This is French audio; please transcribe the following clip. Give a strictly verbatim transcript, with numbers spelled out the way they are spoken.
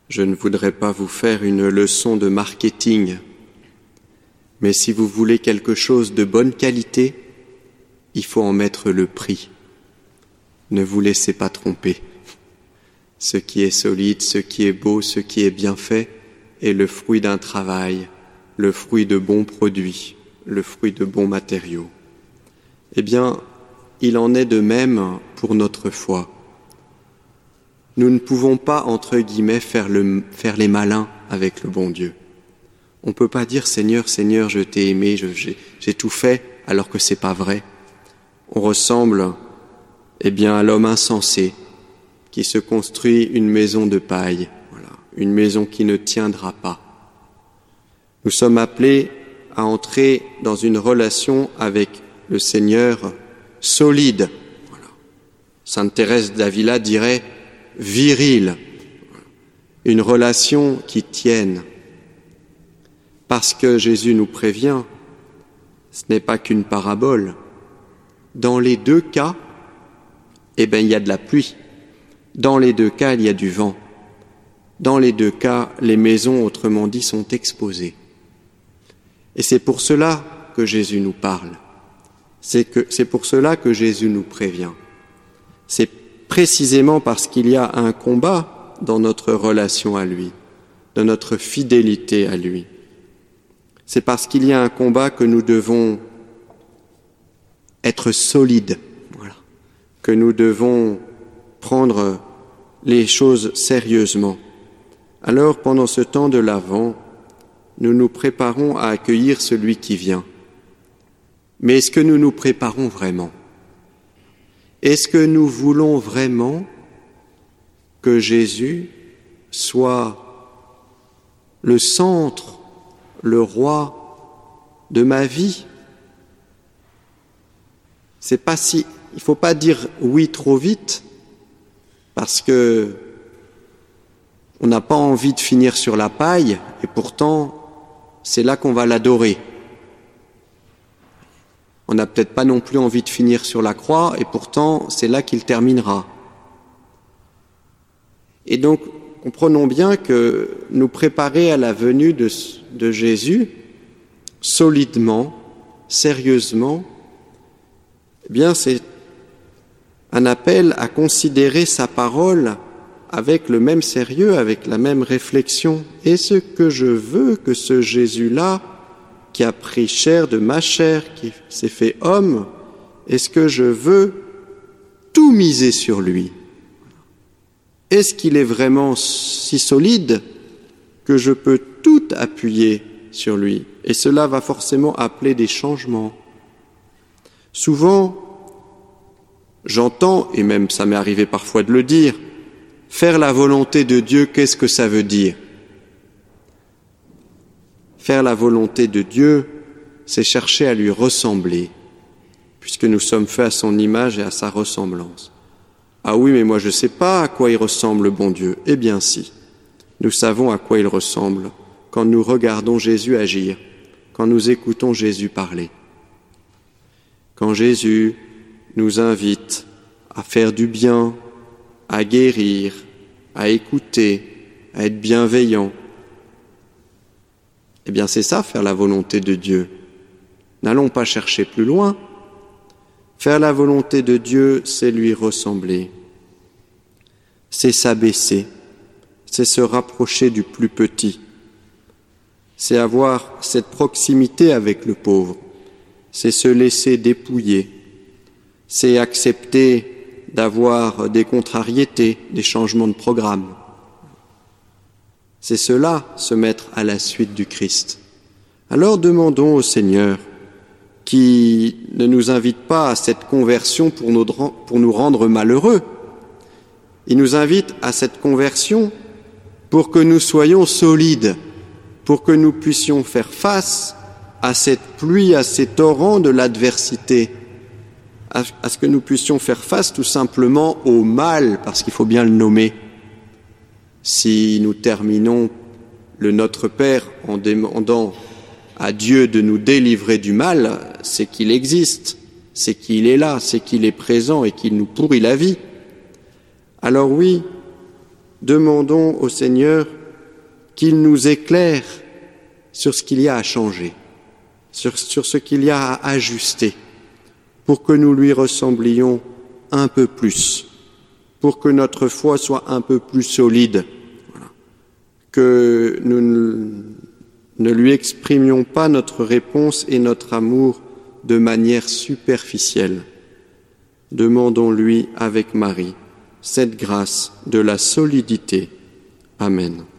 Je ne voudrais pas vous faire une leçon de marketing, mais si vous voulez quelque chose de bonne qualité, il faut en mettre le prix. Ne vous laissez pas tromper. Ce qui est solide, ce qui est beau, ce qui est bien fait est le fruit d'un travail, le fruit de bons produits, le fruit de bons matériaux. Eh bien, il en est de même pour notre foi. Nous ne pouvons pas, entre guillemets, faire, le, faire les malins avec le bon Dieu. On ne peut pas dire « Seigneur, Seigneur, je t'ai aimé, je, j'ai, j'ai tout fait », alors que c'est pas vrai. On ressemble, eh bien, à l'homme insensé qui se construit une maison de paille, voilà, une maison qui ne tiendra pas. Nous sommes appelés à entrer dans une relation avec le Seigneur solide. Voilà. Sainte Thérèse d'Avila dirait virile, une relation qui tienne. Parce que Jésus nous prévient, ce n'est pas qu'une parabole. Dans les deux cas, eh bien, il y a de la pluie. Dans les deux cas, il y a du vent. Dans les deux cas, les maisons, autrement dit, sont exposées. Et c'est pour cela que Jésus nous parle. C'est que, c'est pour cela que Jésus nous prévient. C'est précisément parce qu'il y a un combat dans notre relation à lui, dans notre fidélité à lui. C'est parce qu'il y a un combat que nous devons être solides, voilà, que nous devons prendre les choses sérieusement. Alors, pendant ce temps de l'Avent, nous nous préparons à accueillir celui qui vient. Mais est-ce que nous nous préparons vraiment ? Est-ce que nous voulons vraiment que Jésus soit le centre, le roi de ma vie ? C'est pas si, il ne faut pas dire oui trop vite, parce que on n'a pas envie de finir sur la paille, et pourtant, c'est là qu'on va l'adorer. On n'a peut-être pas non plus envie de finir sur la croix, et pourtant, c'est là qu'il terminera. Et donc, comprenons bien que nous préparer à la venue de, de Jésus, solidement, sérieusement, eh bien, c'est un appel à considérer sa parole avec le même sérieux, avec la même réflexion. Est-ce que je veux que ce Jésus-là, qui a pris chair de ma chair, qui s'est fait homme, est-ce que je veux tout miser sur lui ? Est-ce qu'il est vraiment si solide que je peux tout appuyer sur lui ? Et cela va forcément appeler des changements. Souvent, j'entends, et même ça m'est arrivé parfois de le dire, faire la volonté de Dieu, qu'est-ce que ça veut dire ? Faire la volonté de Dieu, c'est chercher à lui ressembler, puisque nous sommes faits à son image et à sa ressemblance. Ah oui, mais moi je ne sais pas à quoi il ressemble le bon Dieu. Eh bien si, nous savons à quoi il ressemble quand nous regardons Jésus agir, quand nous écoutons Jésus parler. Quand Jésus nous invite à faire du bien, à guérir, à écouter, à être bienveillant, eh bien c'est ça, faire la volonté de Dieu. N'allons pas chercher plus loin. Faire la volonté de Dieu, c'est lui ressembler. C'est s'abaisser, c'est se rapprocher du plus petit. C'est avoir cette proximité avec le pauvre. C'est se laisser dépouiller. C'est accepter d'avoir des contrariétés, des changements de programme. C'est cela, se mettre à la suite du Christ. Alors demandons au Seigneur, qui ne nous invite pas à cette conversion pour nous, pour nous rendre malheureux. Il nous invite à cette conversion pour que nous soyons solides, pour que nous puissions faire face à cette pluie, à ces torrents de l'adversité, à, à ce que nous puissions faire face tout simplement au mal, parce qu'il faut bien le nommer. Si nous terminons le Notre Père en demandant à Dieu de nous délivrer du mal, c'est qu'il existe, c'est qu'il est là, c'est qu'il est présent et qu'il nous pourrit la vie. Alors oui, demandons au Seigneur qu'il nous éclaire sur ce qu'il y a à changer, sur, sur ce qu'il y a à ajuster, pour que nous lui ressemblions un peu plus, pour que notre foi soit un peu plus solide, voilà. Que nous ne lui exprimions pas notre réponse et notre amour de manière superficielle. Demandons-lui avec Marie cette grâce de la solidité. Amen.